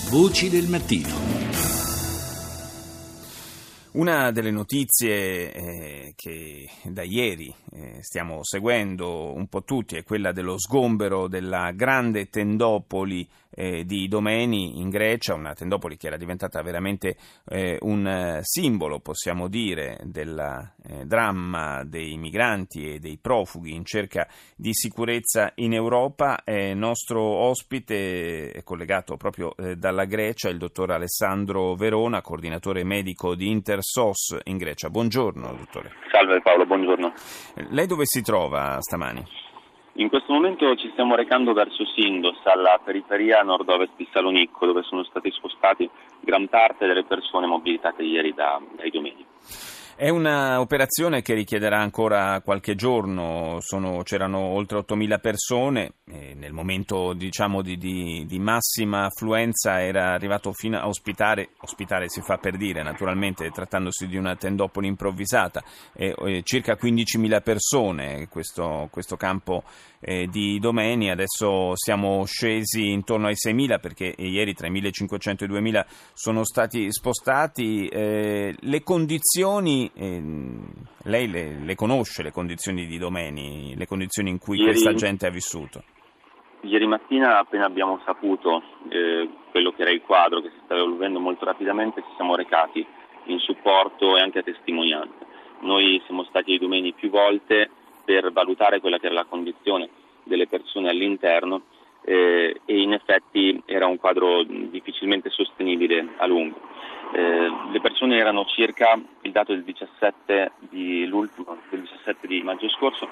Voci del mattino. Una delle notizie che da ieri stiamo seguendo un po' tutti è quella dello sgombero della grande tendopoli di Idomeni in Grecia, una tendopoli che era diventata veramente un simbolo, possiamo dire, del dramma dei migranti e dei profughi in cerca di sicurezza in Europa. Nostro ospite è collegato proprio dalla Grecia, il dottor Alessandro Verona, coordinatore medico di InterSOS in Grecia. Buongiorno, dottore. Salve Paolo, buongiorno. Lei dove si trova stamani? In questo momento ci stiamo recando verso Sindos, alla periferia nord-ovest di Salonicco, dove sono stati spostati gran parte delle persone mobilitate ieri da Idomeni. È un'operazione che richiederà ancora qualche giorno, c'erano oltre 8.000 persone, nel momento di massima affluenza era arrivato fino a ospitare si fa per dire naturalmente, trattandosi di una tendopoli improvvisata, circa 15.000 persone questo campo di Idomeni. Adesso siamo scesi intorno ai 6.000 perché ieri tra i 1.500 e i 2.000 sono stati spostati. Le condizioni, lei le conosce le condizioni di Idomeni, le condizioni in cui questa gente ha vissuto? Ieri mattina, appena abbiamo saputo quello che era il quadro che si stava evolvendo molto rapidamente, ci siamo recati in supporto e anche a testimonianza. Noi siamo stati a Idomeni più volte per valutare quella che era la condizione delle persone all'interno e in effetti era un quadro difficilmente sostenibile a lungo. Le persone erano circa, il dato del 17 di maggio scorso,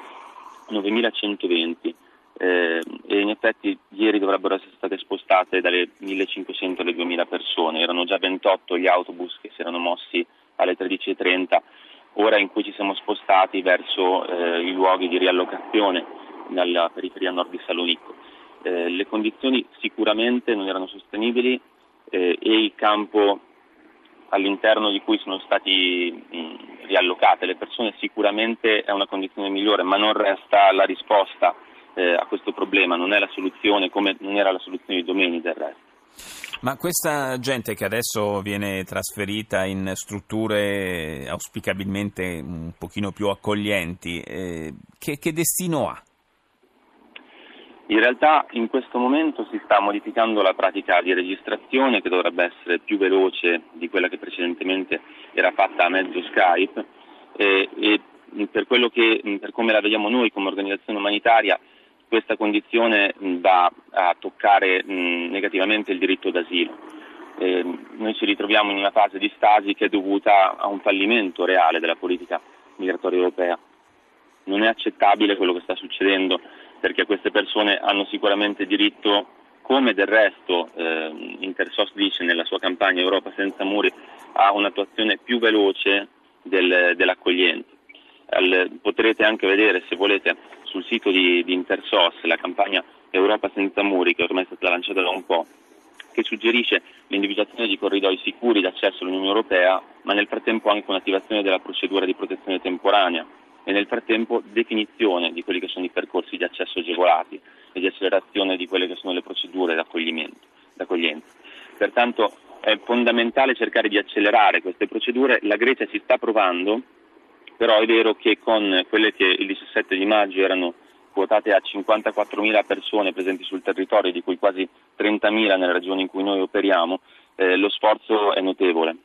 9.120 e in effetti ieri dovrebbero essere state spostate dalle 1.500 alle 2.000 persone. Erano già 28 gli autobus che si erano mossi alle 13.30, ora in cui ci siamo spostati verso i luoghi di riallocazione nella periferia nord di Salonicco. Le condizioni sicuramente non erano sostenibili e il campo all'interno di cui sono stati riallocate le persone sicuramente è una condizione migliore, ma non resta la risposta a questo problema, non è la soluzione come non era la soluzione di Idomeni del resto. Ma questa gente che adesso viene trasferita in strutture auspicabilmente un pochino più accoglienti, che destino ha? In realtà in questo momento si sta modificando la pratica di registrazione, che dovrebbe essere più veloce di quella che precedentemente era fatta a mezzo Skype e per come la vediamo noi come organizzazione umanitaria, questa condizione va a toccare negativamente il diritto d'asilo. Noi ci ritroviamo in una fase di stasi che è dovuta a un fallimento reale della politica migratoria europea. Non è accettabile quello che sta succedendo, perché queste persone hanno sicuramente diritto, come del resto InterSOS dice nella sua campagna Europa senza muri, a un'attuazione più veloce dell'accoglienza. Potrete anche vedere, se volete, sul sito di InterSOS la campagna Europa senza muri, che ormai è stata lanciata da un po', che suggerisce l'individuazione di corridoi sicuri d'accesso all'Unione Europea, ma nel frattempo anche un'attivazione della procedura di protezione temporanea e nel frattempo definizione di quelli che sono i percorsi di accesso agevolati e di accelerazione di quelle che sono le procedure d'accoglienza. Pertanto è fondamentale cercare di accelerare queste procedure. La Grecia ci sta provando, però è vero che con quelle che il 17 di maggio erano quotate a 54.000 persone presenti sul territorio, di cui quasi 30.000 nelle regioni in cui noi operiamo, lo sforzo è notevole.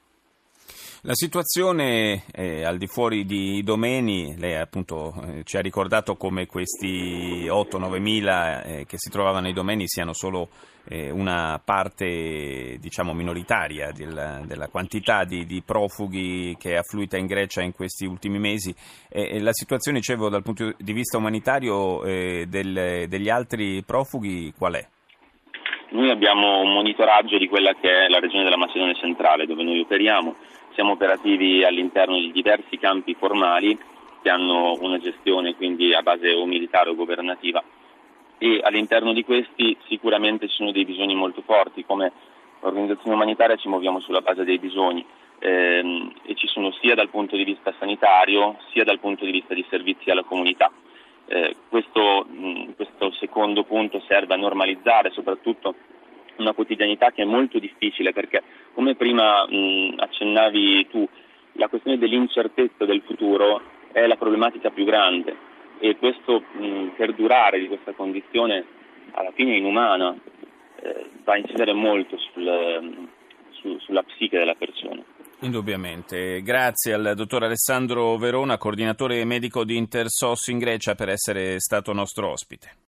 La situazione al di fuori di Idomeni, lei appunto ci ha ricordato come questi 8-9 mila che si trovavano a Idomeni siano solo una parte, diciamo, minoritaria della quantità di profughi che è affluita in Grecia in questi ultimi mesi. La situazione, dicevo, dal punto di vista umanitario degli altri profughi qual è? Noi abbiamo un monitoraggio di quella che è la regione della Macedonia centrale, dove noi operiamo. Siamo operativi all'interno di diversi campi formali che hanno una gestione quindi a base o militare o governativa, e all'interno di questi sicuramente ci sono dei bisogni molto forti. Come organizzazione umanitaria ci muoviamo sulla base dei bisogni e ci sono sia dal punto di vista sanitario sia dal punto di vista di servizi alla comunità. Questo secondo punto serve a normalizzare soprattutto una quotidianità che è molto difficile, perché come prima accennavi tu, la questione dell'incertezza del futuro è la problematica più grande, e questo perdurare di questa condizione alla fine inumana va a incidere molto sulla psiche della persona. Indubbiamente. Grazie al dottor Alessandro Verona, coordinatore medico di Intersos in Grecia, per essere stato nostro ospite.